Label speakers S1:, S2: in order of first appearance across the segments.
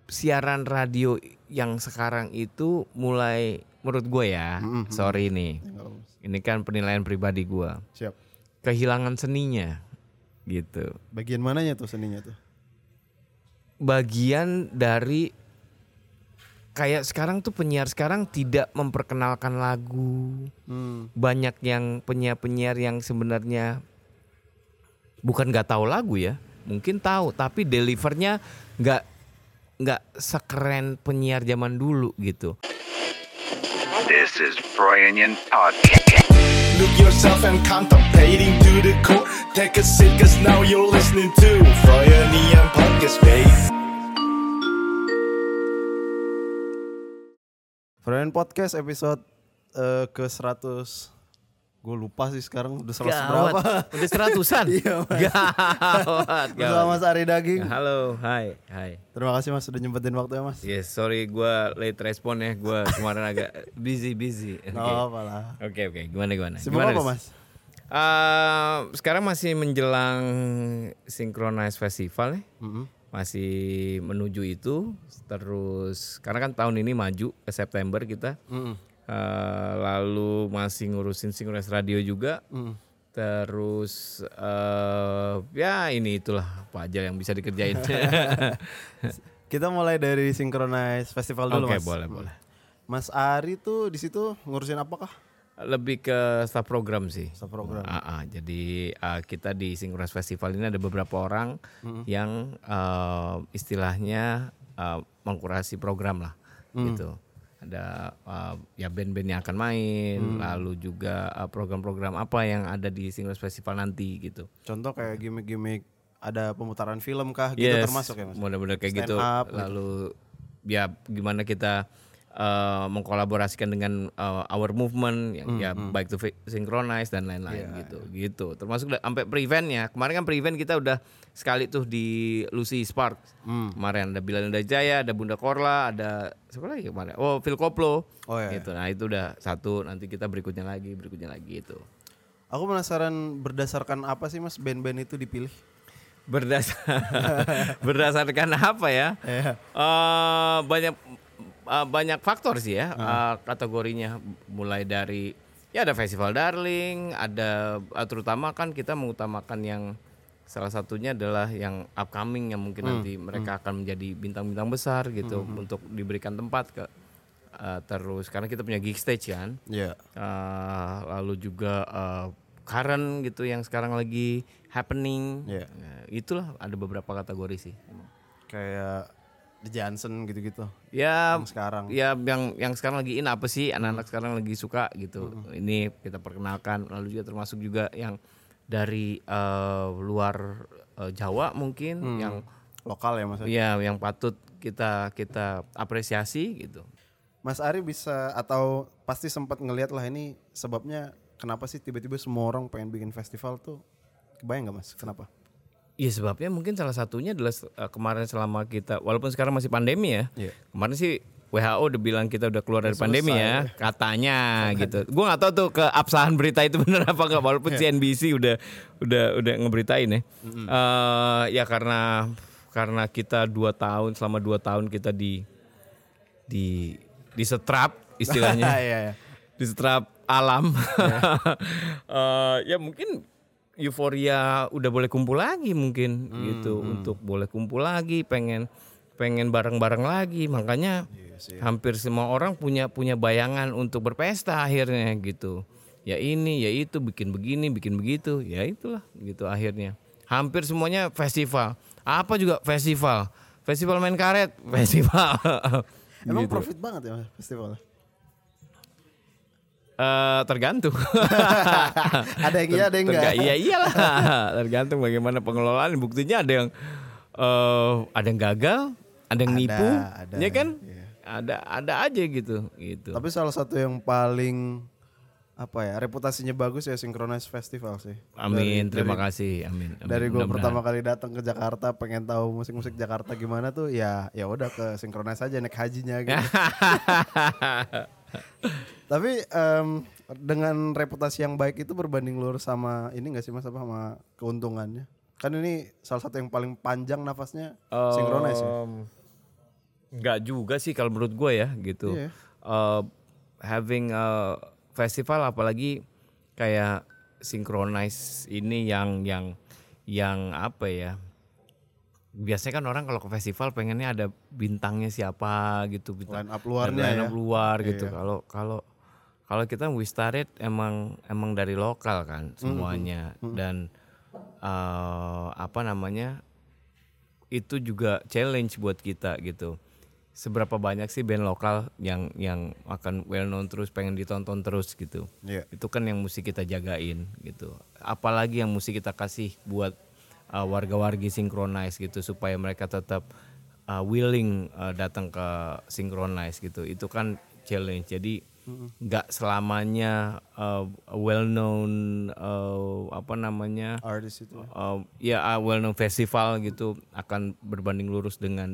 S1: siaran radio yang sekarang itu mulai menurut gue ya, sorry nih, ini kan penilaian pribadi gue,
S2: Siap.
S1: kehilangan seninya gitu.
S2: Bagian mananya tuh seninya tuh?
S1: Bagian dari kayak sekarang tuh penyiar sekarang tidak memperkenalkan lagu. Banyak yang penyiar-penyiar yang sebenarnya bukan nggak tahu lagu ya, mungkin tahu tapi delivernya nggak sekeren penyiar zaman dulu gitu.
S3: This is Brilliant Podcast.
S4: Look yourself and contemplating to the core. Take a seat cause now you're listening to Brilliant Podcast, babe.
S2: Brilliant Podcast episode ke-100. Gue lupa sih sekarang udah 100 berapa.
S1: Udah 100-an.
S2: Iya, Mas.
S1: Gawat.
S2: Bersama Mas Ari Daging.
S1: Halo, hai.
S2: Terima kasih Mas sudah nyempetin waktu ya Mas.
S1: Yes, sorry gue late respon ya, gue kemarin agak busy.
S2: Gak apa-apa lah.
S1: Oke, gimana?
S2: Sibuk apa Mas?
S1: Sekarang masih menjelang Synchronize Festival ya. Masih menuju itu. Terus karena kan tahun ini maju ke September kita. Lalu masih ngurusin Synchronize Radio juga. Terus ya ini itulah apa aja yang bisa dikerjain.
S2: Kita mulai dari Synchronize Festival dulu Mas.
S1: Oke, boleh.
S2: Mas Ari tuh di situ ngurusin apakah?
S1: Lebih ke staff program sih.
S2: Staff program.
S1: Jadi kita di Synchronize Festival ini ada beberapa orang yang istilahnya mengkurasi program lah, gitu. Ada ya band-band yang akan main, lalu juga program-program apa yang ada di Synchronize Festival nanti gitu.
S2: Contoh kayak gimmick-gimmick ada pemutaran film kah gitu termasuk ya Mas?
S1: Mudah-mudahan kayak
S2: Stand
S1: gitu.
S2: up,
S1: Lalu ya gimana kita mengkolaborasikan dengan our movement yang ya baik to Synchronize dan lain-lain gitu. Termasuk sampai pre-eventnya. Kemarin kan pre-event kita udah sekali tuh di Lucy Spark. Kemarin ada Bilal Jaya, ada Bunda Korla, ada siapa lagi kemarin? Oh, Phil Koplo. Gitu. Nah, itu udah satu, nanti kita berikutnya lagi itu.
S2: Aku penasaran berdasarkan apa sih Mas band-band itu dipilih?
S1: Berdasarkan apa ya? Banyak faktor sih ya kategorinya, mulai dari ya ada Festival Darling, ada terutama kan kita mengutamakan yang salah satunya adalah yang upcoming yang mungkin nanti mereka akan menjadi bintang-bintang besar gitu untuk diberikan tempat ke terus karena kita punya gig stage kan. Lalu juga current gitu yang sekarang lagi happening. Itulah ada beberapa kategori sih.
S2: Kayak The Johnson gitu-gitu.
S1: Ya
S2: yang sekarang.
S1: Ya yang sekarang lagi in apa sih anak-anak sekarang lagi suka gitu. Ini kita perkenalkan, lalu juga termasuk juga yang dari luar Jawa mungkin yang
S2: lokal ya Mas.
S1: Iya, yang patut kita apresiasi gitu.
S2: Mas Ari bisa atau pasti sempat ngelihat lah ini sebabnya kenapa sih tiba-tiba semua orang pengen bikin festival tuh. Kebayang enggak Mas? Kenapa?
S1: Iya sebabnya mungkin salah satunya adalah kemarin selama kita walaupun sekarang masih pandemi ya. Kemarin sih WHO udah bilang kita udah keluar dari pandemi ya, katanya gitu. Gue nggak tahu tuh keabsahan berita itu benar apa nggak, walaupun CNBC udah ngeberitain ya. Ya karena kita selama 2 tahun kita di setrap istilahnya, di setrap alam. Ya mungkin euforia udah boleh kumpul lagi mungkin gitu, untuk boleh kumpul lagi, pengen bareng-bareng lagi, makanya hampir semua orang punya bayangan untuk berpesta akhirnya gitu. Ya ini, ya itu, bikin begini, bikin begitu, ya itulah gitu akhirnya. Hampir semuanya festival, apa juga festival main karet, festival.
S2: Emang
S1: gitu.
S2: profit banget ya Mas festival?
S1: Tergantung.
S2: Ada yang iya, ada yang enggak.
S1: Iya iyalah. Tergantung bagaimana pengelolaan. Buktinya ada yang gagal, ada yang nipu, ya kan? Iya. Ada aja gitu.
S2: Tapi salah satu yang paling reputasinya bagus ya Synchronize Festival sih.
S1: Amin, terima kasih. Amin.
S2: Dari gue pertama kali datang ke Jakarta pengen tahu musik-musik Jakarta gimana tuh, ya udah ke Synchronize aja naik hajinya gitu. Tapi dengan reputasi yang baik itu berbanding lurus sama ini nggak sih Mas, sama keuntungannya? Kan ini salah satu yang paling panjang nafasnya Synchronize ya.
S1: Enggak juga sih kalau menurut gue ya gitu.
S2: Iya.
S1: Having a festival apalagi kayak synchronize ini yang apa ya? Biasanya kan orang kalau ke festival pengennya ada bintangnya siapa gitu,
S2: Line up luarnya
S1: line up
S2: ya.
S1: luar gitu.
S2: Iya.
S1: Kalau kita We Started emang dari lokal kan semuanya dan apa namanya? Itu juga challenge buat kita gitu. Seberapa banyak sih band lokal yang akan well known terus, pengen ditonton terus gitu.
S2: Iya.
S1: Itu kan yang mesti kita jagain gitu. Apalagi yang mesti kita kasih buat warga-wargi Synchronize gitu supaya mereka tetap willing datang ke Synchronize gitu. Itu kan challenge. Jadi nggak selamanya well known apa namanya
S2: Artis itu.
S1: well known festival gitu akan berbanding lurus dengan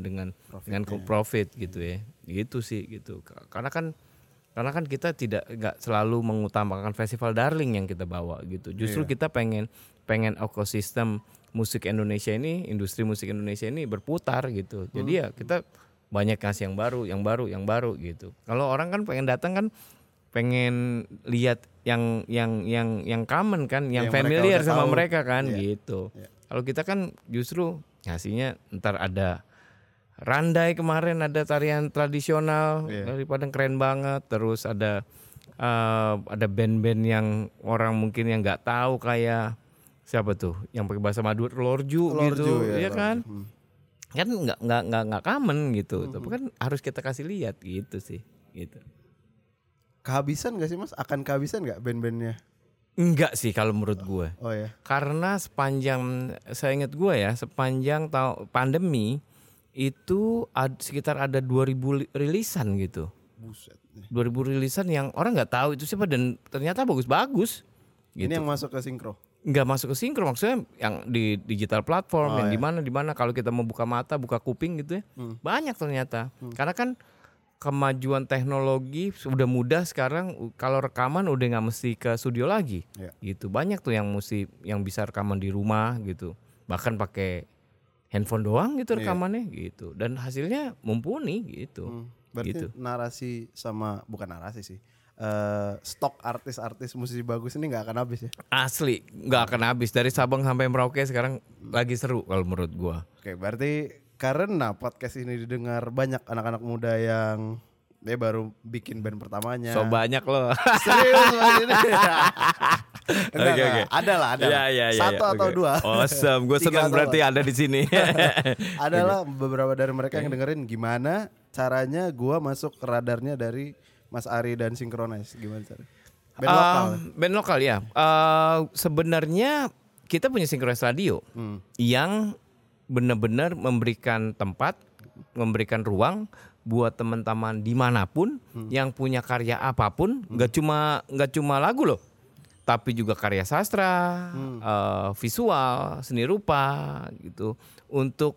S1: profit gitu ya. Gitu sih gitu. Karena kan kita nggak selalu mengutamakan festival darling yang kita bawa gitu. Justru kita pengen ekosistem musik Indonesia ini, industri musik Indonesia ini berputar gitu. Jadi ya kita banyak kasih yang baru gitu. Kalau orang kan pengen datang kan pengen lihat yang common kan, yang familiar
S2: mereka udah
S1: sama
S2: tahu.
S1: mereka kan
S2: Iya.
S1: gitu. Kalau kita kan justru ngasihnya ntar ada Randai kemarin ada tarian tradisional daripada keren banget, terus ada band-band yang orang mungkin yang nggak tahu kayak siapa tuh yang pakai bahasa Madura Lorju gitu, ya kan? Kan nggak common gitu, tapi kan harus kita kasih lihat gitu sih, gitu.
S2: Kehabisan gak sih Mas? Akan kehabisan gak band-bandnya?
S1: Enggak sih kalau menurut gue.
S2: Oh ya.
S1: Karena saya ingat gue ya, sepanjang pandemi itu sekitar ada 2000 rilisan gitu.
S2: Buset.
S1: 2000 rilisan yang orang nggak tahu itu siapa dan ternyata bagus-bagus. Gitu.
S2: Ini yang masuk ke Syncro.
S1: Nggak masuk ke Syncro, maksudnya yang di digital platform yang di mana kalau kita mau buka mata, buka kuping gitu ya. Banyak ternyata. Karena kan kemajuan teknologi sudah mudah sekarang, kalau rekaman udah nggak mesti ke studio lagi. Gitu. Banyak tuh yang bisa rekaman di rumah gitu. Bahkan pakai handphone doang gitu rekamannya gitu. Dan hasilnya mumpuni gitu.
S2: Berarti
S1: gitu.
S2: narasi sama bukan narasi sih. Stok artis-artis musisi bagus ini nggak akan habis ya.
S1: Asli nggak akan habis dari Sabang sampai Merauke sekarang lagi seru kalau menurut gua.
S2: Oke, berarti karena podcast ini didengar banyak anak-anak muda yang dia baru bikin band pertamanya.
S1: So banyak loh.
S2: Serius Mas ini.
S1: Oke.
S2: Ada lah.
S1: Ya,
S2: Satu atau
S1: oke.
S2: dua.
S1: Awesome, gue
S2: Tiga
S1: senang
S2: atau
S1: berarti ada di sini.
S2: Adalah beberapa dari mereka yang dengerin gimana caranya gua masuk ke radarnya dari Mas Ari dan Synchronize. Gimana caranya? Band lokal.
S1: Band lokal ya. Sebenarnya kita punya Synchronize Radio yang benar-benar memberikan tempat, memberikan ruang buat teman-teman dimanapun yang punya karya apapun, nggak cuma lagu loh, tapi juga karya sastra, visual, seni rupa gitu, untuk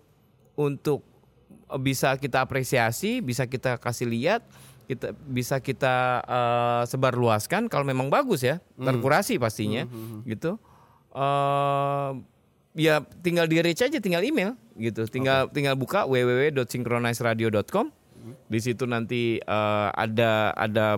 S1: bisa kita apresiasi, bisa kita kasih lihat, bisa kita sebarluaskan kalau memang bagus ya, terkurasi pastinya gitu. Ya tinggal di reach aja, tinggal email gitu, tinggal buka www.synchronizeradio.com. Di situ nanti ada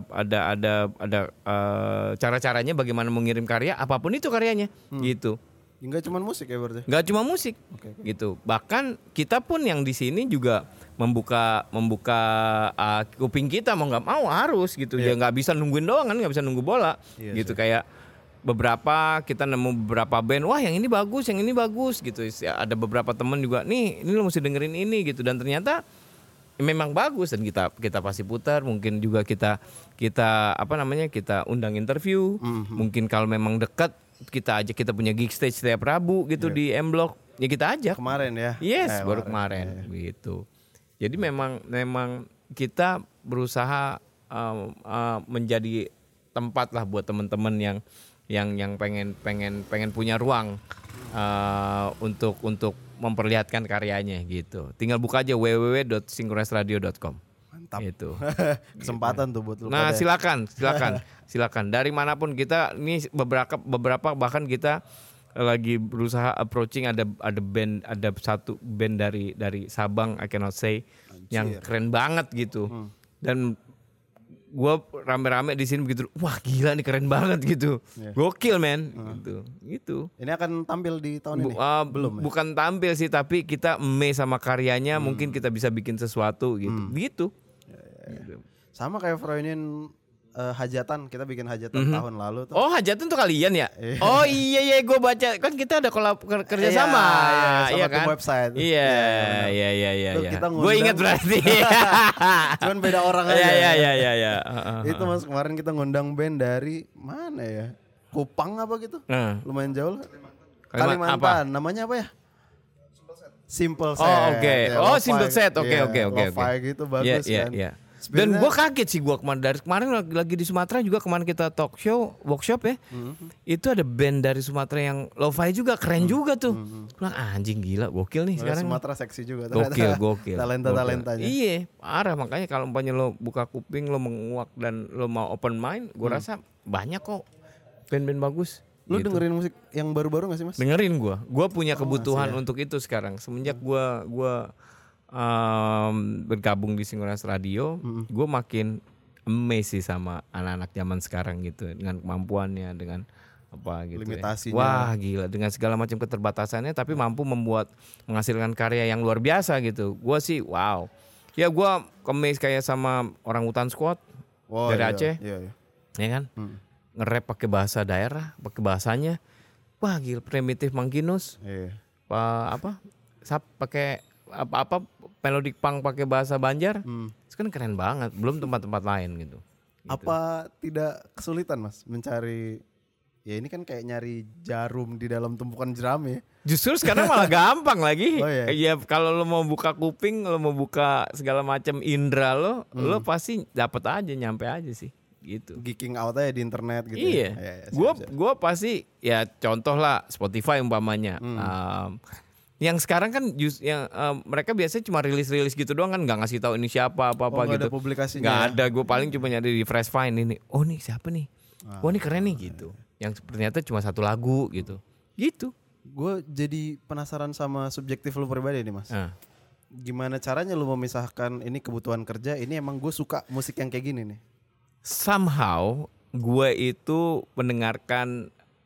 S1: cara-caranya bagaimana mengirim karya, apapun itu karyanya gitu.
S2: Enggak cuma musik ya berarti.
S1: Nggak cuma musik gitu. Bahkan kita pun yang di sini juga membuka kuping kita mau nggak mau harus gitu. Ya nggak bisa nungguin doang kan, nggak bisa nunggu bola gitu. Kayak kita nemu beberapa band, wah yang ini bagus gitu. Ada beberapa teman juga, nih ini lo mesti dengerin ini gitu, dan ternyata memang bagus dan kita pasti putar. Mungkin juga kita undang interview. Mungkin kalau memang dekat kita punya gig stage setiap Rabu gitu di M Block, ya kita ajak.
S2: Kemarin ya.
S1: Yes, baru kemarin gitu. Jadi memang kita berusaha menjadi tempat lah buat teman-teman yang pengen punya ruang untuk memperlihatkan karyanya gitu. Tinggal buka aja www.synchronizeradio.com.
S2: Mantap.
S1: Gitu.
S2: Kesempatan tuh buat lu.
S1: Nah,
S2: pada.
S1: silakan. Dari manapun kita ini beberapa bahkan kita lagi berusaha approaching ada satu band dari Sabang, I cannot say, yang keren banget gitu. Dan gue rame-rame di sini begitu, wah gila nih keren banget gitu, gokil men, gitu.
S2: Ini akan tampil di tahun ini? Belum ya?
S1: Bukan tampil sih, tapi kita amazed sama karyanya, mungkin kita bisa bikin sesuatu gitu. Gitu.
S2: Sama kayak Froyonion hajatan, kita bikin hajatan tahun lalu tuh.
S1: Oh hajatan tuh kalian ya? Oh iya gue baca kan kita ada kerja sama,
S2: sama
S1: kan?
S2: tim website.
S1: Iya.
S2: Kita
S1: Gue ingat berarti.
S2: Cuman beda orang aja.
S1: Iya.
S2: Itu Mas kemarin kita ngundang band dari mana ya? Kupang apa gitu? Lumayan jauh lah. Kalimantan. Namanya apa ya? Simple Set.
S1: Oh oke. Simple Set. Oke.
S2: Lo-fi gitu bagus kan.
S1: Iya. Dan gue kaget sih dari kemarin lagi di Sumatera juga, kemarin kita talk show workshop ya, itu ada band dari Sumatera yang lo-fi juga keren juga tuh. Bilang anjing gila gokil nih sekarang.
S2: Sumatera seksi juga.
S1: Gokil.
S2: Talentanya.
S1: Iya parah, makanya kalau umpamanya lo buka kuping, lo menguak dan lo mau open mind, gue rasa banyak kok band-band bagus.
S2: Lu
S1: gitu.
S2: dengerin musik yang baru-baru gak sih Mas?
S1: Dengerin gue punya kebutuhan untuk itu sekarang semenjak gue bergabung di Synchronize Radio, gue makin amazed sih sama anak-anak zaman sekarang gitu, dengan kemampuannya, dengan apa gitu.
S2: Limitasinya.
S1: Wah gila, dengan segala macam keterbatasannya, tapi mampu menghasilkan karya yang luar biasa gitu. Gue sih wow. Ya gue amazed kayak sama Orangutan Squad dari Aceh, ya kan? Nge-rap pakai bahasa daerah, pakai bahasanya. Wah gila, Primitive Mangkinus. Pakai apa melodic punk pakai bahasa Banjar, itu kan keren banget. Belum tempat-tempat lain gitu.
S2: Apa tidak kesulitan Mas mencari? Ya ini kan kayak nyari jarum di dalam tumpukan jerami.
S1: Justru sekarang malah gampang lagi.
S2: Oh, iya.
S1: Ya kalau lo mau buka kuping, lo mau buka segala macam indera lo pasti dapat aja, nyampe aja sih. Gitu.
S2: Geeking out aja di internet gitu.
S1: Iya. Gue pasti ya contoh lah Spotify umpamanya. Yang sekarang kan mereka biasanya cuma rilis gitu doang kan, nggak ngasih tahu ini siapa apa-apa gitu.
S2: Nggak ada publikasinya.
S1: Nggak ada, gue paling cuma nyari di Fresh Find ini. Oh nih siapa nih? Wah ini keren nih gitu. Yang ternyata cuma satu lagu gitu. Gitu.
S2: Gue jadi penasaran sama subjektif lu pribadi nih Mas. Gimana caranya lu memisahkan ini kebutuhan kerja, ini emang gue suka musik yang kayak gini nih?
S1: Somehow gue itu mendengarkan,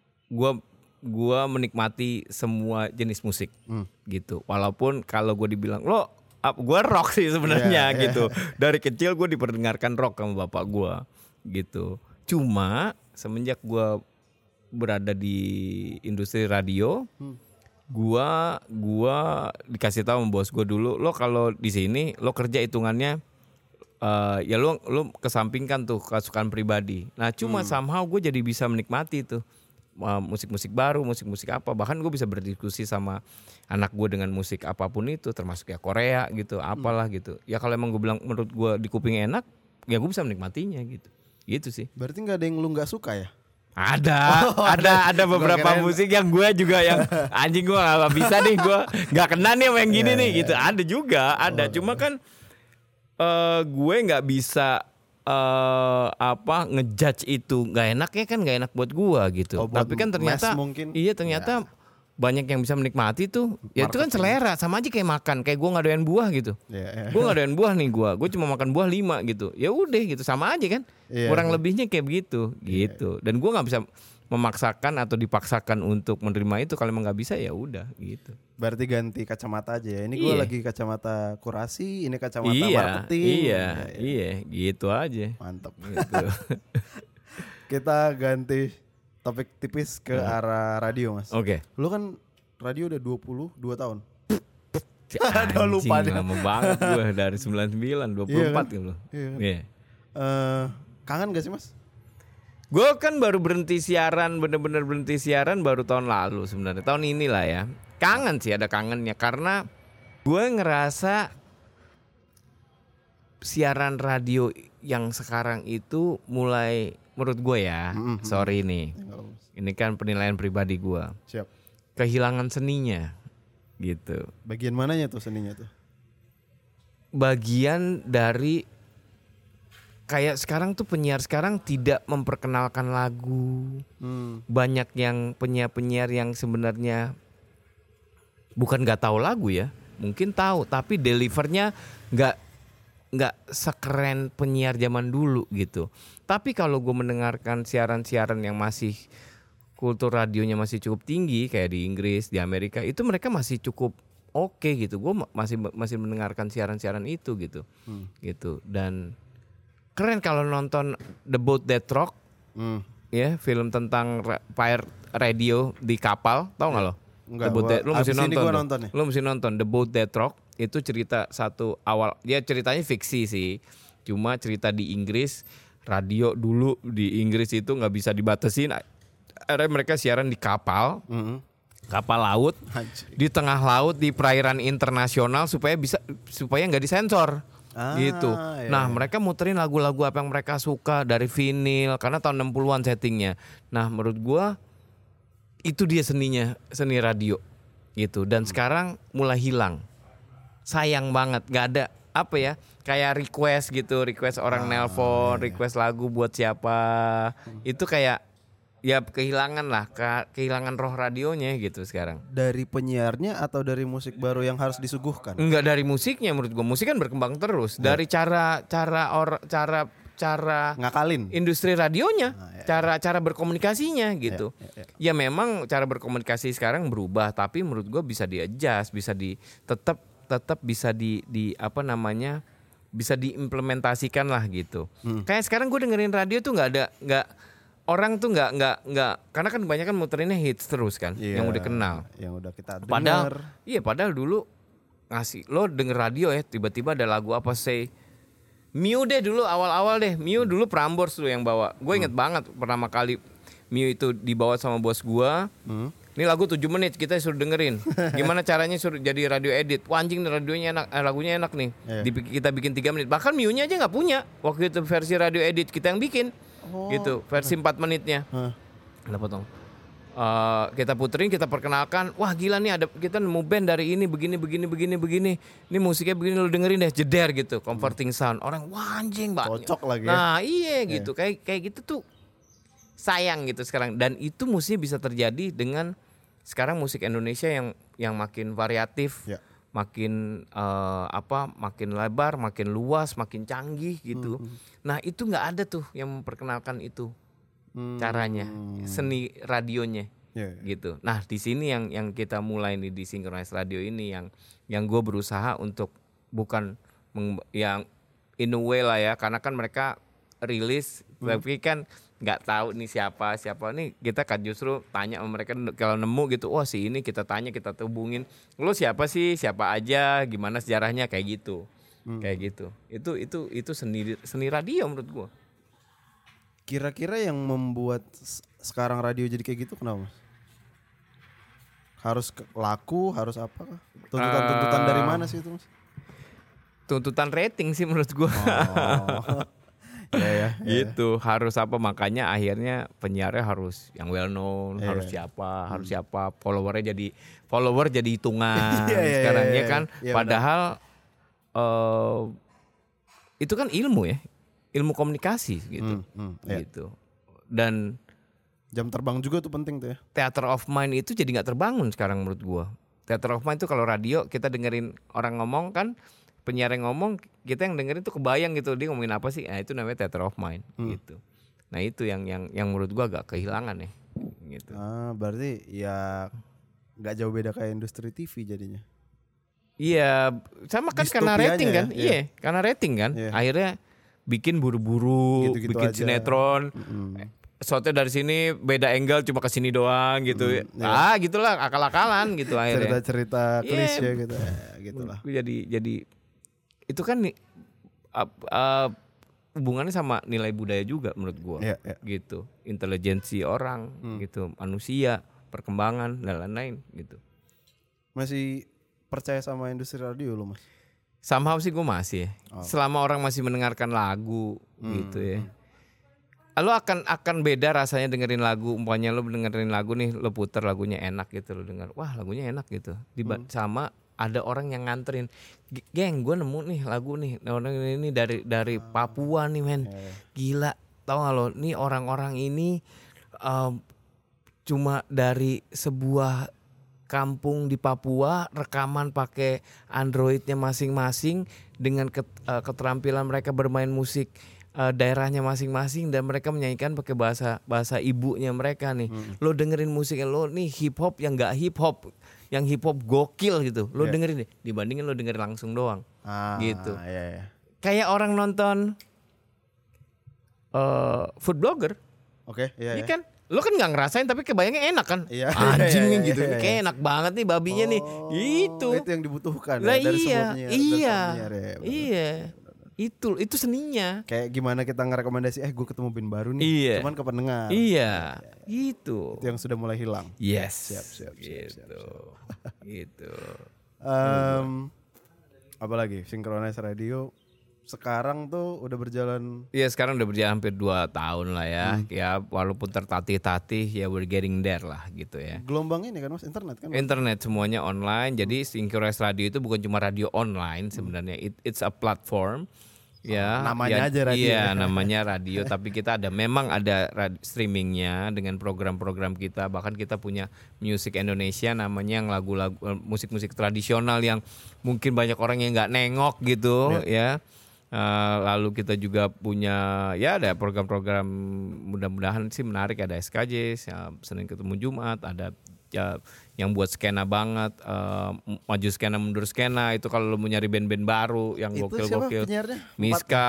S1: gue menikmati semua jenis musik gitu. Walaupun kalau gue dibilang gue rock sih sebenarnya gitu. Dari kecil gue diperdengarkan rock sama bapak gue gitu. Cuma semenjak gue berada di industri radio, gue dikasih tahu sama bos gue dulu, lo kalau di sini lo kerja hitungannya ya lo kesampingkan tuh kesukaan pribadi. Nah cuma somehow gue jadi bisa menikmati tuh musik-musik baru, musik-musik apa, bahkan gue bisa berdiskusi sama anak gue dengan musik apapun itu, termasuk ya Korea gitu, apalah gitu. Ya kalau emang gue bilang menurut gue di kuping enak, ya gue bisa menikmatinya gitu sih.
S2: Berarti nggak ada yang lu nggak suka ya?
S1: Ada beberapa musik yang gue juga yang anjing gue nggak bisa nih, gue nggak kena nih sama yang gini nih gitu. Ada juga, ada. Cuma kan gue nggak bisa ngejudge itu nggak enak buat gua gitu. Tapi kan ternyata ternyata banyak yang bisa menikmati tuh. Ya itu kan selera, sama aja kayak makan. Kayak gua nggak doyan buah gitu. Gua nggak doyan buah nih gua cuma makan buah 5 gitu. Ya udah gitu, sama aja kan. Kurang lebihnya kayak begitu gitu. Dan gua nggak bisa memaksakan atau dipaksakan untuk menerima itu. Kalau emang nggak bisa ya udah gitu.
S2: Berarti ganti kacamata aja ya. Ini gue lagi kacamata kurasi, ini kacamata marketing.
S1: Iya, gitu aja.
S2: Mantap. Gitu. Kita ganti topik tipis ke arah radio Mas.
S1: Oke.
S2: Lu kan radio udah 22 tahun.
S1: Udah lupa deh. Lama banget gue dari 99, 24 gitu. Iya.
S2: Kangen gak sih Mas?
S1: Gue kan baru berhenti siaran, bener-bener berhenti siaran baru tahun lalu sebenarnya. Tahun inilah ya. Kangen sih, ada kangennya. Karena gue ngerasa siaran radio yang sekarang itu mulai, menurut gue ya, sorry nih. Ini kan penilaian pribadi gue.
S2: Siap.
S1: Kehilangan seninya gitu.
S2: Bagian mananya tuh seninya tuh?
S1: Bagian dari kayak sekarang tuh penyiar sekarang tidak memperkenalkan lagu. Banyak yang penyiar-penyiar yang sebenarnya bukan nggak tahu lagu ya, mungkin tahu tapi delivernya nggak sekeren penyiar zaman dulu gitu. Tapi kalau gue mendengarkan siaran-siaran yang masih kultur radionya masih cukup tinggi kayak di Inggris, di Amerika, itu mereka masih cukup oke gitu. Gue masih mendengarkan siaran-siaran itu gitu, gitu. Dan keren kalau nonton The Boat That Rock, ya film tentang pirate radio di kapal, tau nggak lo?
S2: Enggak,
S1: Lu mesti
S2: nonton nih.
S1: Lu mesti nonton The Boat That Rock. Itu cerita satu awal, ya ceritanya fiksi sih. Cuma cerita di Inggris, radio dulu di Inggris itu nggak bisa dibatasin. Akhirnya mereka siaran di kapal, kapal laut, di tengah laut di perairan internasional supaya nggak disensor. Gitu.
S2: Iya.
S1: Nah, mereka muterin lagu-lagu apa yang mereka suka dari vinil karena tahun 60-an settingnya. Nah, menurut gua itu dia seninya, seni radio gitu. Dan sekarang mulai hilang. Sayang banget, nggak ada apa ya, kayak request gitu, request orang nelpon, request lagu buat siapa. Itu kayak ya kehilangan lah, kehilangan roh radionya gitu sekarang.
S2: Dari penyiarnya atau dari musik baru yang harus disuguhkan?
S1: Enggak, dari musiknya menurut gua. Musik kan berkembang terus. Dari cara
S2: Ngakalin.
S1: industri radionya, cara berkomunikasinya gitu. Ya memang cara berkomunikasi sekarang berubah, tapi menurut gue bisa di-adjust, bisa tetap bisa bisa diimplementasikan lah gitu. Kayak sekarang gue dengerin radio tuh nggak orang tuh nggak karena kan kebanyakan muterinnya hits terus kan, yang udah kenal.
S2: Yang udah kita dengar.
S1: Padahal dulu lo denger radio ya, tiba-tiba ada lagu apa Mio deh dulu awal-awal deh. Mio dulu Prambors tuh yang bawa. Gue inget banget pertama kali Mio itu dibawa sama bos gue. Ini lagu 7 menit kita suruh dengerin. Gimana caranya suruh jadi radio edit. Wah, anjing radionya enak, lagunya enak nih. Kita bikin 3 menit. Bahkan Mio-nya aja gak punya. Waktu itu versi radio edit kita yang bikin. Gitu, versi 4 menitnya. Udah potong. Kita puterin, kita perkenalkan. Wah gila nih, ada kita nemu band dari ini begini. Ini musiknya begini, lu dengerin deh, jeder gitu, comforting sound. Orang wah anjing banget.
S2: Cocok lagi ya.
S1: Nah iya gitu, kayak gitu tuh sayang gitu sekarang. Dan itu mesti bisa terjadi dengan sekarang musik Indonesia yang makin variatif, makin makin lebar, makin luas, makin canggih gitu. Nah itu nggak ada tuh yang memperkenalkan itu. Caranya seni radionya gitu. Nah di sini yang kita mulai nih di Synchronize Radio ini yang gue berusaha untuk bukan yang in a way lah ya, karena kan mereka rilis tapi kan nggak tahu nih siapa nih, kita kan justru tanya sama mereka kalau nemu gitu, wah si ini kita tanya, kita hubungin, lo siapa sih, siapa aja, gimana sejarahnya, kayak gitu. Itu seni radio menurut gue.
S2: Kira-kira yang membuat sekarang radio jadi kayak gitu kenapa, Mas? Harus laku, harus apa? Tuntutan dari mana sih itu, Mas?
S1: Tuntutan rating sih menurut gua. Gitu. Harus apa, makanya akhirnya penyiarnya harus yang well known, harus siapa, follower jadi hitungan sekarang ya kan. Padahal itu kan ilmu ya. Ilmu komunikasi gitu. Gitu. Dan
S2: jam terbang juga tuh penting tuh ya.
S1: Theater of mind itu jadi nggak terbangun sekarang menurut gua. Theater of mind itu kalau radio kita dengerin orang ngomong kan, penyiar yang ngomong, kita yang dengerin tuh kebayang gitu dia ngomongin apa sih. Nah itu namanya theater of mind gitu. Nah itu yang menurut gua agak kehilangan ya gitu.
S2: Berarti ya nggak jauh beda kayak industri TV jadinya.
S1: Iya, sama kan karena rating kan. Iya, karena rating kan. Akhirnya bikin buru-buru,
S2: Gitu-gitu
S1: bikin
S2: aja.
S1: sinetron. Shotnya dari sini beda angle cuma ke sini doang gitu. Gitulah akal-akalan gitu akhirnya.
S2: Cerita-cerita klise gitu. Gitulah.
S1: Jadi itu kan hubungannya sama nilai budaya juga menurut gua. Gitu. Intelijensi orang gitu, manusia, perkembangan dan lain-lain gitu.
S2: Masih percaya sama industri radio lo, Mas?
S1: Somehow sih gue masih ya. Selama orang masih mendengarkan lagu gitu ya. Lo akan beda rasanya dengerin lagu. Umpamanya lo dengerin lagu nih, lo puter lagunya enak gitu, lo denger, wah lagunya enak gitu. Sama ada orang yang nganterin, geng gue nemu nih lagu nih, orang ini dari Papua nih men, gila, tau gak lo, nih orang-orang ini cuma dari sebuah kampung di Papua, rekaman pakai Androidnya masing-masing dengan keterampilan mereka bermain musik daerahnya masing-masing, dan mereka menyanyikan pakai bahasa ibunya mereka nih. Lo dengerin musiknya, lo nih hip hop yang nggak hip hop, yang hip hop gokil gitu. Lo dengerin deh, dibandingin lo dengerin langsung doang, gitu.
S2: Iya.
S1: Kayak orang nonton food blogger,
S2: Oke, iya.
S1: kan? Lo kan nggak ngerasain tapi kebayangnya enak kan?
S2: Iya.
S1: Anjing nih
S2: Iya,
S1: gitu,
S2: iya.
S1: kayak enak banget nih babinya nih.
S2: Itu yang dibutuhkan
S1: Lah
S2: ya, dari
S1: iya,
S2: semua penyiar,
S1: iya,
S2: dari semua penyiar, ya,
S1: iya. Itu seninya.
S2: Kayak gimana kita ngerekomendasi, gue ketemu band baru nih,
S1: Iya.
S2: cuman ke pendengar.
S1: Iya, gitu.
S2: Itu yang sudah mulai hilang.
S1: Yes.
S2: Siap.
S1: Gitu.
S2: Apalagi Synchronize Radio sekarang tuh udah berjalan.
S1: Iya, sekarang udah berjalan hampir 2 tahun lah ya. Ya walaupun tertatih-tatih ya we're getting there lah gitu ya.
S2: Gelombang ini kan Mas, internet kan?
S1: Internet semuanya online. Jadi Synchronize Radio itu bukan cuma radio online sebenarnya. It's a platform. Ya,
S2: namanya aja radio.
S1: Iya, namanya radio. Tapi kita memang ada streamingnya dengan program-program kita. Bahkan kita punya Music Indonesia, namanya yang lagu-lagu musik-musik tradisional yang mungkin banyak orang yang nggak nengok gitu, ya. Lalu kita juga punya ya ada program-program, mudah-mudahan sih menarik, ada SKJ ya, Senin ketemu Jumat, ada ya yang buat skena banget, maju skena mundur skena, itu kalau lo mau nyari band-band baru yang
S2: Itu siapa
S1: gokil-gokil.
S2: penyiarnya?
S1: Miska,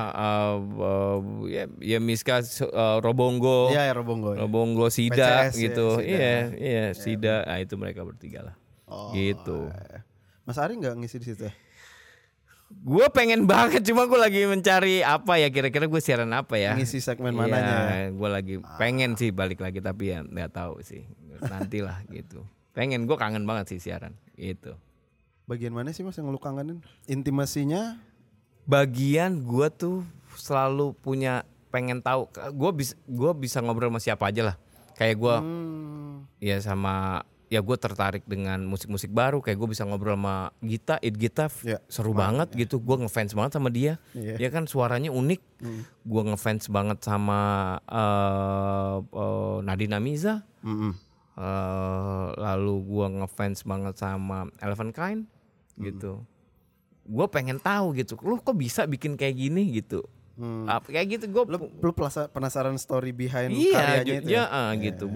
S1: ya Miska, Robongo,
S2: Iya, Robongo.
S1: Robongo, Sida
S2: PCS,
S1: gitu,
S2: ya, Sida.
S1: iya Sida, nah, itu mereka bertiga lah, gitu.
S2: Mas Ari nggak ngisi di situ ya?
S1: Gue pengen banget, cuma gue lagi mencari apa ya, kira-kira gue siaran apa ya,
S2: Ngisi segmen mananya?
S1: Gue lagi pengen sih balik lagi, tapi ya nggak tahu sih, nantilah gitu. Pengen, gue kangen banget sih siaran gitu.
S2: Bagian mana sih Mas yang lu kangenin? Intimasinya?
S1: Bagian gue tuh selalu punya pengen tahu, gue bisa ngobrol sama siapa aja lah, kayak gue ya sama. Ya gue tertarik dengan musik-musik baru, kayak gue bisa ngobrol sama Gita,
S2: Ya,
S1: seru banget gitu. Gue ngefans banget sama dia, dia kan suaranya unik. Gue ngefans banget sama Nadina Miza. Lalu gue ngefans banget sama Elephant Kind gitu. Gue pengen tahu gitu, lu kok bisa bikin kayak gini gitu. Apa kayak gitu, gue
S2: Lu penasaran story behind
S1: iya,
S2: karyanya itu ya?
S1: Gitu.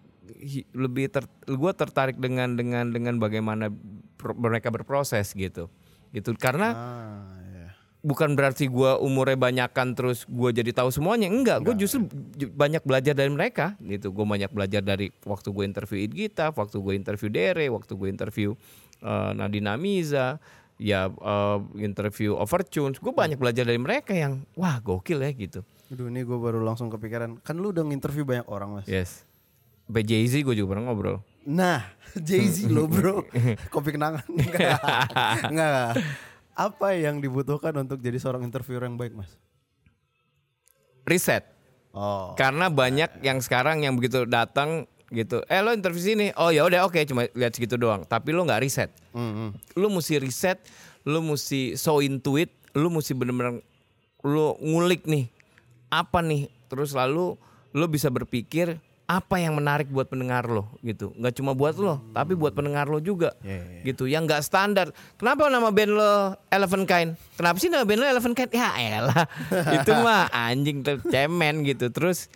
S1: Gue tertarik dengan bagaimana mereka berproses gitu karena bukan berarti gue umurnya banyakan terus gue jadi tahu semuanya, enggak. Gue justru banyak belajar dari mereka gitu. Gue banyak belajar dari waktu gue interview Idgita, waktu gue interview Dere, waktu gue interview Nadina Miza, ya interview Overtunes. Gue banyak belajar dari mereka yang wah gokil ya gitu.
S2: Aduh, ini gue baru langsung kepikiran, kan lu udah nginterview banyak orang Mas.
S1: Yes. Sampai Jay-Z gue juga pernah ngobrol.
S2: Nah, Jay-Z lo bro, kopi kenangan. Enggak. Apa yang dibutuhkan untuk jadi seorang interviewer yang baik Mas?
S1: Riset. Karena banyak yang sekarang yang begitu datang gitu, lo interview sini, oh ya udah oke, cuma lihat segitu doang. Tapi lo nggak riset. Lo mesti riset, lo mesti so into it, lo mesti bener-bener lo ngulik nih apa nih, terus lalu lo bisa berpikir apa yang menarik buat pendengar lo gitu, nggak cuma buat lo tapi buat pendengar lo juga gitu, yang nggak standar. Kenapa nama band lo Elephant Kind? Kenapa sih nama band lo Elephant Kind? Ya elah itu mah anjing cemen gitu. Terus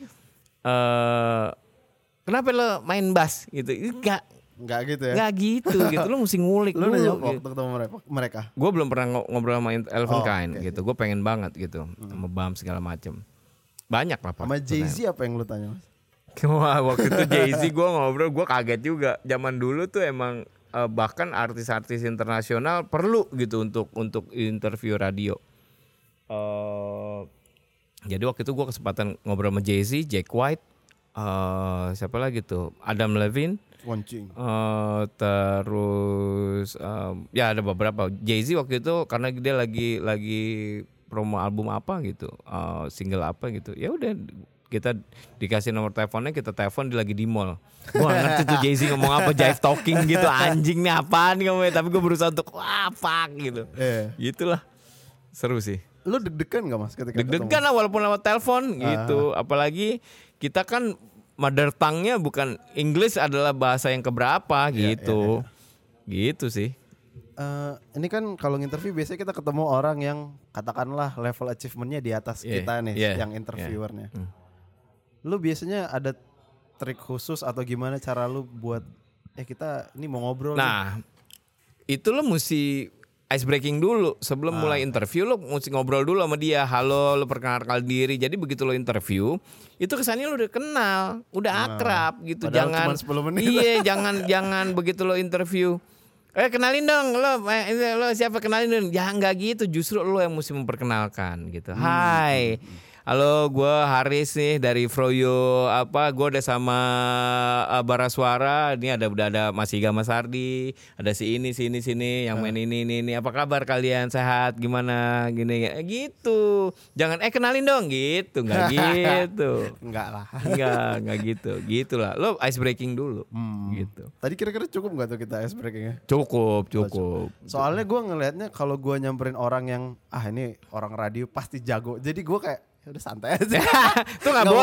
S1: kenapa lo main bass gitu?
S2: Nggak gitu ya?
S1: Nggak gitu. Lo mesti ngulik
S2: Lu
S1: dulu.
S2: nanya
S1: Gitu.
S2: waktu ketemu mereka?
S1: Gue belum pernah ngobrol sama Elephant Kind gitu. Gue pengen banget gitu sama Bam segala macem. Banyak lah Pak.
S2: Sama Jay-Z apa yang lu tanya Mas?
S1: Wah, waktu itu Jay-Z gue ngobrol, gue kaget juga. Zaman dulu tuh emang bahkan artis-artis internasional perlu gitu untuk interview radio. Jadi waktu itu gue kesempatan ngobrol sama Jay-Z, Jack White, siapa lagi tuh, Adam Levine, terus ya ada beberapa. Jay-Z waktu itu karena dia lagi promo album apa gitu, single apa gitu. Ya udah kita dikasih nomor teleponnya, kita telepon, dia lagi di mall. Gue gak ngerti tuh Jay-Z ngomong apa, jive talking gitu, anjing nih apaan ngomongnya. Tapi gue berusaha untuk wah fuck gitu. Gitulah, seru sih.
S2: Lu deg-degan gak Mas ketika
S1: Deg-degan lah walaupun lewat telepon gitu. Apalagi kita kan mother tongue-nya bukan English, adalah bahasa yang keberapa gitu. Gitu sih.
S2: Ini kan kalau nginterview biasanya kita ketemu orang yang katakanlah level achievementnya di atas kita nih, yang interviewernya. Lu biasanya ada trik khusus atau gimana cara lu buat kita ini mau ngobrol?
S1: Nah, itu lo mesti ice breaking dulu sebelum mulai interview. Lo mesti ngobrol dulu sama dia. Halo, lo perkenalkan diri. Jadi begitu lo interview, itu kesannya lo udah kenal, udah akrab gitu.
S2: Padahal cuma 10 menit.
S1: Iya, jangan begitu lo interview. Kenalin dong, lo siapa, kenalin dong. Ya nggak gitu, justru lo yang mesti memperkenalkan gitu. Hai. Halo, gue Haris nih dari Froyo. Gue udah sama Bara Suara. Ini udah ada Mas Iga, Mas Ardi, ada si ini yang main ini. Apa kabar kalian? Sehat? Gimana? Gini gitu. Jangan kenalin dong gitu, nggak gitu.
S2: Enggak lah.
S1: Enggak gitu. Gitulah. Lo ice breaking dulu. Gitu.
S2: Tadi kira-kira cukup nggak tuh kita ice breakingnya?
S1: Cukup.
S2: Soalnya gue ngelihatnya kalau gue nyamperin orang yang ini orang radio pasti jago. Jadi gue kayak udah santai aja.
S1: Tuh nggak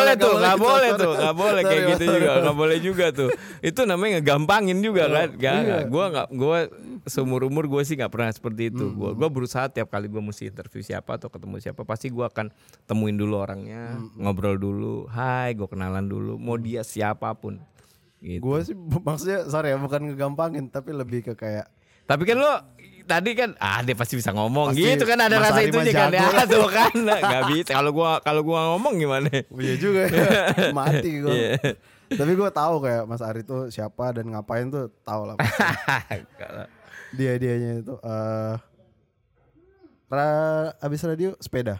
S1: boleh kayak gitu juga, nggak boleh juga tuh. Itu namanya ngegampangin juga kan. Gue seumur umur gue sih nggak pernah seperti itu. Gue berusaha tiap kali gue mesti interview siapa atau ketemu siapa, pasti gue akan temuin dulu orangnya, ngobrol dulu, hai, gue kenalan dulu, mau dia siapapun. Gitu.
S2: Gue sih maksudnya sorry ya, bukan ngegampangin tapi lebih ke kayak.
S1: Tapi kan lo tadi kan dia pasti bisa ngomong pasti, gitu kan, ada
S2: Mas
S1: rasa
S2: Ari
S1: itunya kan ya tuh kan nggak bisa kalau gua ngomong gimana.
S2: Iya juga ya. Mati gue. Tapi gue tahu kayak Mas Ari tuh siapa dan ngapain tuh tahu lah. Dianya itu abis radio sepeda.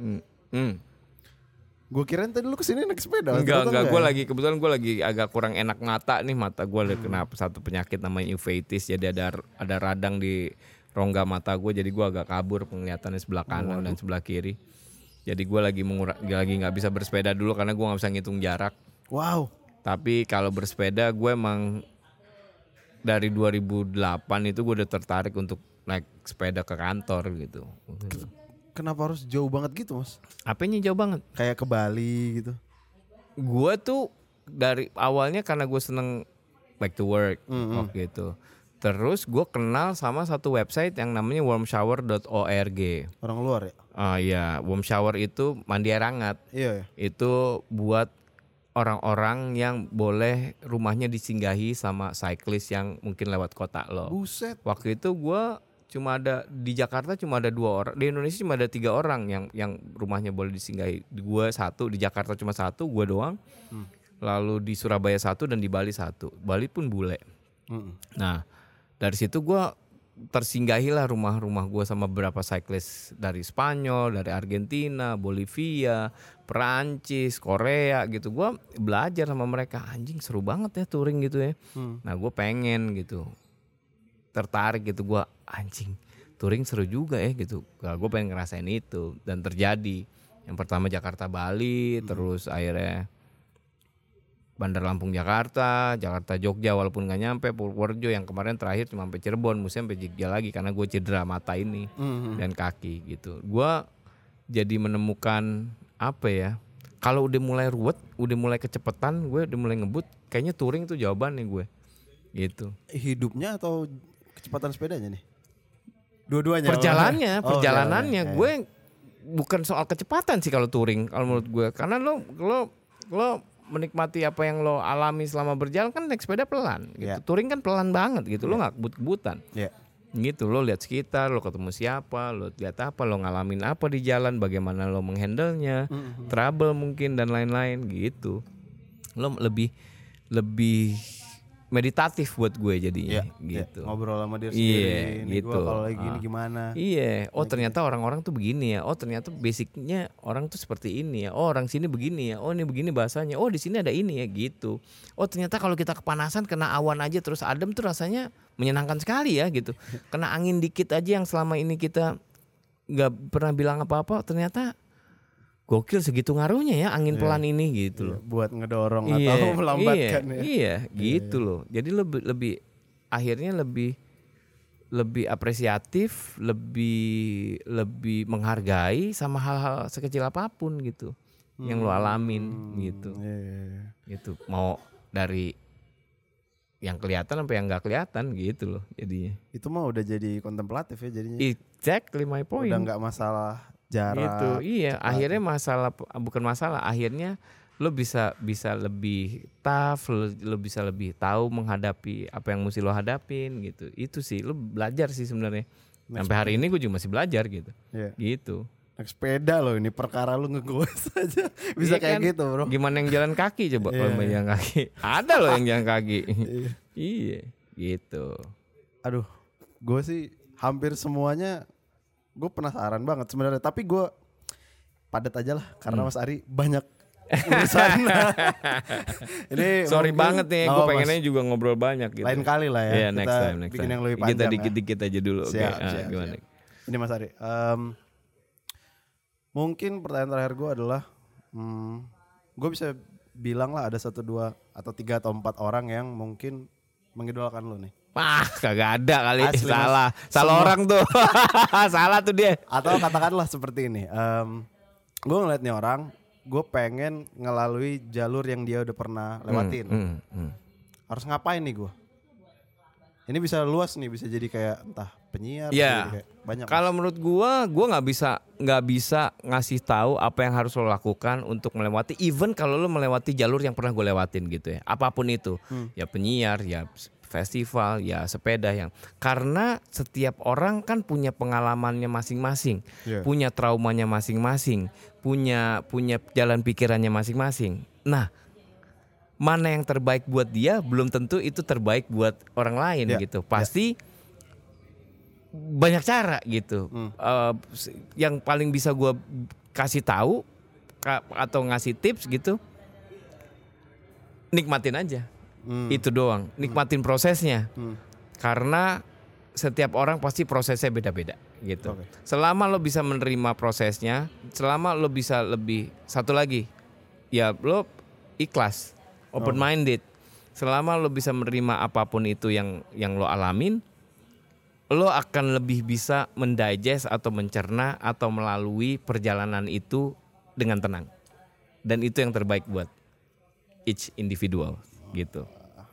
S2: Gue kirain tadi lu kesini naik sepeda.
S1: Enggak. Kebetulan gue lagi agak kurang enak mata nih, mata gue ada kena satu penyakit namanya uveitis, jadi ada radang di rongga mata gue, jadi gue agak kabur penglihatannya sebelah kanan dan sebelah kiri. Jadi gue lagi nggak bisa bersepeda dulu karena gue nggak bisa ngitung jarak.
S2: Wow.
S1: Tapi kalau bersepeda gue emang dari 2008 itu gue udah tertarik untuk naik sepeda ke kantor gitu.
S2: Kenapa harus jauh banget gitu Mas?
S1: Apanya jauh banget?
S2: Kayak ke Bali gitu.
S1: Gue tuh dari awalnya karena gue seneng back to work gitu. Terus gue kenal sama satu website yang namanya warmshower.org.
S2: Orang luar ya?
S1: Iya, warm shower itu mandi air hangat.
S2: Iya.
S1: Itu buat orang-orang yang boleh rumahnya disinggahi sama cyclist yang mungkin lewat kota lo.
S2: Buset.
S1: Waktu itu gue cuma ada di Jakarta cuma ada 2 orang, di Indonesia cuma ada 3 orang yang rumahnya boleh disinggahi. Gue 1, di Jakarta cuma 1, gue doang. Lalu di Surabaya 1 dan di Bali 1. Bali pun bule. Nah, dari situ gue tersinggahilah rumah-rumah gue sama beberapa cyclist dari Spanyol, dari Argentina, Bolivia, Perancis, Korea gitu. Gue belajar sama mereka, anjing seru banget ya touring gitu ya. Nah, gue pengen gitu, tertarik gitu, gue anjing touring seru juga ya gitu. Gue pengen ngerasain itu dan terjadi. Yang pertama Jakarta Bali, terus akhirnya Bandar Lampung Jakarta, Jakarta Jogja walaupun nggak nyampe, Purworejo yang kemarin terakhir cuma sampai Cirebon, mesti sampai Jogja lagi karena gue cedera mata ini dan kaki gitu. Gue jadi menemukan apa ya? Kalau udah mulai ruwet, udah mulai kecepatan, gue udah mulai ngebut, kayaknya touring tuh jawabannya gue. Gitu.
S2: Hidupnya atau kecepatan sepedanya nih? Dua-duanya.
S1: Perjalanannya gue bukan soal kecepatan sih kalau touring kalau menurut gue, karena lo menikmati apa yang lo alami selama berjalan kan naik sepeda pelan gitu. Touring kan pelan banget gitu, lo nggak kebut-kebutan. Gitu, lo lihat sekitar, lo ketemu siapa, lo lihat apa, lo ngalamin apa di jalan, bagaimana lo menghandlenya, trouble mungkin dan lain-lain gitu. Lo lebih meditatif buat gue jadinya gitu.
S2: Ngobrol sama diri sendiri, ini
S1: gitu.
S2: Gue kalau lagi gini gimana.
S1: Ternyata orang-orang tuh begini ya. Oh, ternyata basicnya orang tuh seperti ini ya. Oh, orang sini begini ya. Oh, ini begini bahasanya. Oh, di sini ada ini ya gitu. Oh, ternyata kalau kita kepanasan kena awan aja terus adem tuh rasanya menyenangkan sekali ya gitu. Kena angin dikit aja yang selama ini kita nggak pernah bilang apa-apa, ternyata gokil segitu ngaruhnya ya angin pelan ini gitu loh.
S2: Buat ngedorong atau melambatkan
S1: gitu loh. Jadi lebih akhirnya lebih apresiatif, lebih menghargai sama hal-hal sekecil apapun gitu yang lo alamin gitu. Gitu. Mau dari yang kelihatan sampai yang nggak kelihatan gitu loh jadinya.
S2: Itu mah udah jadi kontemplatif ya jadinya.
S1: Exactly my point.
S2: Udah nggak masalah jarak.
S1: Gitu. Iya, akhirnya bukan masalah. Akhirnya lo bisa lebih tough, lo bisa lebih tahu menghadapi apa yang mesti lo hadapin gitu. Itu sih lo belajar sih sebenarnya. Sampai hari ini gue juga masih belajar gitu. Gitu.
S2: Naik sepeda loh ini perkara lu ngegoes aja bisa kayak
S1: kan,
S2: gitu bro.
S1: Gimana yang jalan kaki coba kalau jalan kaki? Ada loh yang jalan kaki. Iya gitu.
S2: Aduh gue sih hampir semuanya gue penasaran banget sebenarnya. Tapi gue padat aja lah karena Mas Ari banyak urusan. Ini
S1: sorry banget nih, gue pengennya juga ngobrol banyak gitu.
S2: Lain kali lah ya.
S1: Next time.
S2: Bikin yang lebih panjang.
S1: Kita dikit-dikit aja dulu.
S2: Siap.
S1: Gimana?
S2: Ini Mas Ari. Mungkin pertanyaan terakhir gue adalah gue bisa bilang lah ada 1, 2 atau 3 atau 4 orang yang mungkin mengidolakan lo nih.
S1: Kagak ada kali.
S2: Asli,
S1: salah orang tuh. Salah tuh dia.
S2: Atau katakanlah seperti ini, gue ngeliat nih orang, gue pengen ngelalui jalur yang dia udah pernah lewatin. Harus ngapain nih gue? Ini bisa luas nih, bisa jadi kayak entah penyiar, kayak banyak.
S1: Kalau menurut gua nggak bisa ngasih tahu apa yang harus lo lakukan untuk melewati. Even kalau lo melewati jalur yang pernah gue lewatin gitu ya, apapun itu, ya penyiar, ya festival, ya sepeda karena setiap orang kan punya pengalamannya masing-masing, punya traumanya masing-masing, punya jalan pikirannya masing-masing. Nah, mana yang terbaik buat dia belum tentu itu terbaik buat orang lain gitu. Pasti banyak cara gitu. Yang paling bisa gue kasih tahu atau ngasih tips gitu, nikmatin aja. Itu doang. Nikmatin prosesnya. Karena setiap orang pasti prosesnya beda-beda gitu. Selama lo bisa menerima prosesnya, selama lo bisa satu lagi, ya lo ikhlas. Open minded. Selama lo bisa menerima apapun itu yang lo alamin, lo akan lebih bisa mendigest atau mencerna atau melalui perjalanan itu dengan tenang. Dan itu yang terbaik buat each individual gitu.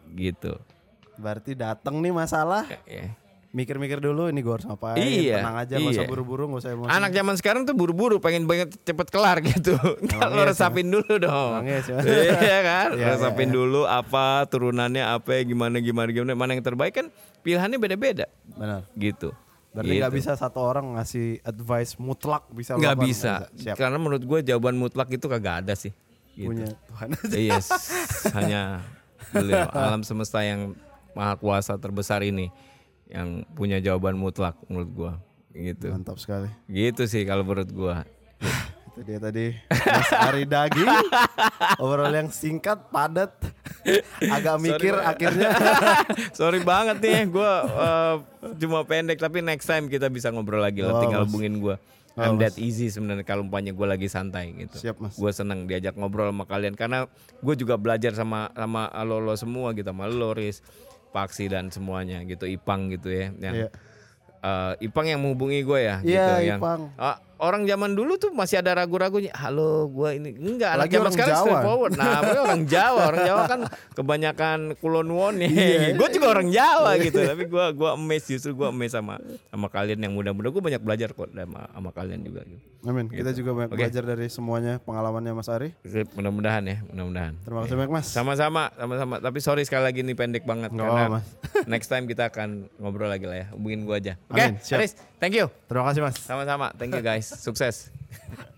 S2: Berarti datang nih masalah. Mikir-mikir dulu ini gue harus ngapain. Tenang aja, gak usah buru-buru, gak usah emosi.
S1: Anak zaman sekarang tuh buru-buru, pengen banget cepet kelar gitu. Lo resapin dulu dong. Iya kan, resapin dulu apa turunannya apa, gimana, mana yang terbaik kan pilihannya beda-beda.
S2: Benar.
S1: Gitu.
S2: Berarti gak bisa satu orang ngasih advice mutlak bisa.
S1: Gak bisa. Karena menurut gue jawaban mutlak itu kagak ada sih. Gitu.
S2: Punya Tuhan aja.
S1: Yes, hanya beliau, alam semesta yang maha kuasa terbesar ini yang punya jawaban mutlak menurut gua gitu.
S2: Mantap sekali.
S1: Gitu sih kalau menurut gua.
S2: Itu dia tadi Mas Ari Daging. Overall yang singkat, padat, agak mikir akhirnya.
S1: Sorry banget nih gua cuma pendek, tapi next time kita bisa ngobrol lagi lah. Tinggal hubungin gua. I'm that easy sebenarnya kalau umpamanya gue lagi santai gitu.
S2: Siap, Mas.
S1: Gue seneng diajak ngobrol sama kalian karena gue juga belajar sama lo semua gitu, sama lo Riz, Paksi dan semuanya gitu, Ipang gitu ya. Yang Ipang yang menghubungi gue ya gitu. Yang orang zaman dulu tuh masih ada ragu-ragunya. Halo, gue ini enggak. Anak zaman sekarang straightforward. Nah, gue orang Jawa kan kebanyakan Kulon Won ya. Gue juga orang Jawa gitu. Tapi gue amazed, justru gue amazed sama kalian yang muda-muda. Gue banyak belajar kok sama kalian juga gitu.
S2: Amin. Gitu. Kita juga banyak belajar dari semuanya pengalamannya Mas Ari.
S1: Mudah-mudahan.
S2: Terima kasih banyak, Mas.
S1: Sama-sama. Tapi sorry sekali lagi ini pendek banget karena
S2: Mas.
S1: Next time kita akan ngobrol lagi lah ya. Hubungin gue aja. Oke, Aris, thank you.
S2: Terima kasih, Mas.
S1: Sama-sama. Thank you guys. Sukses.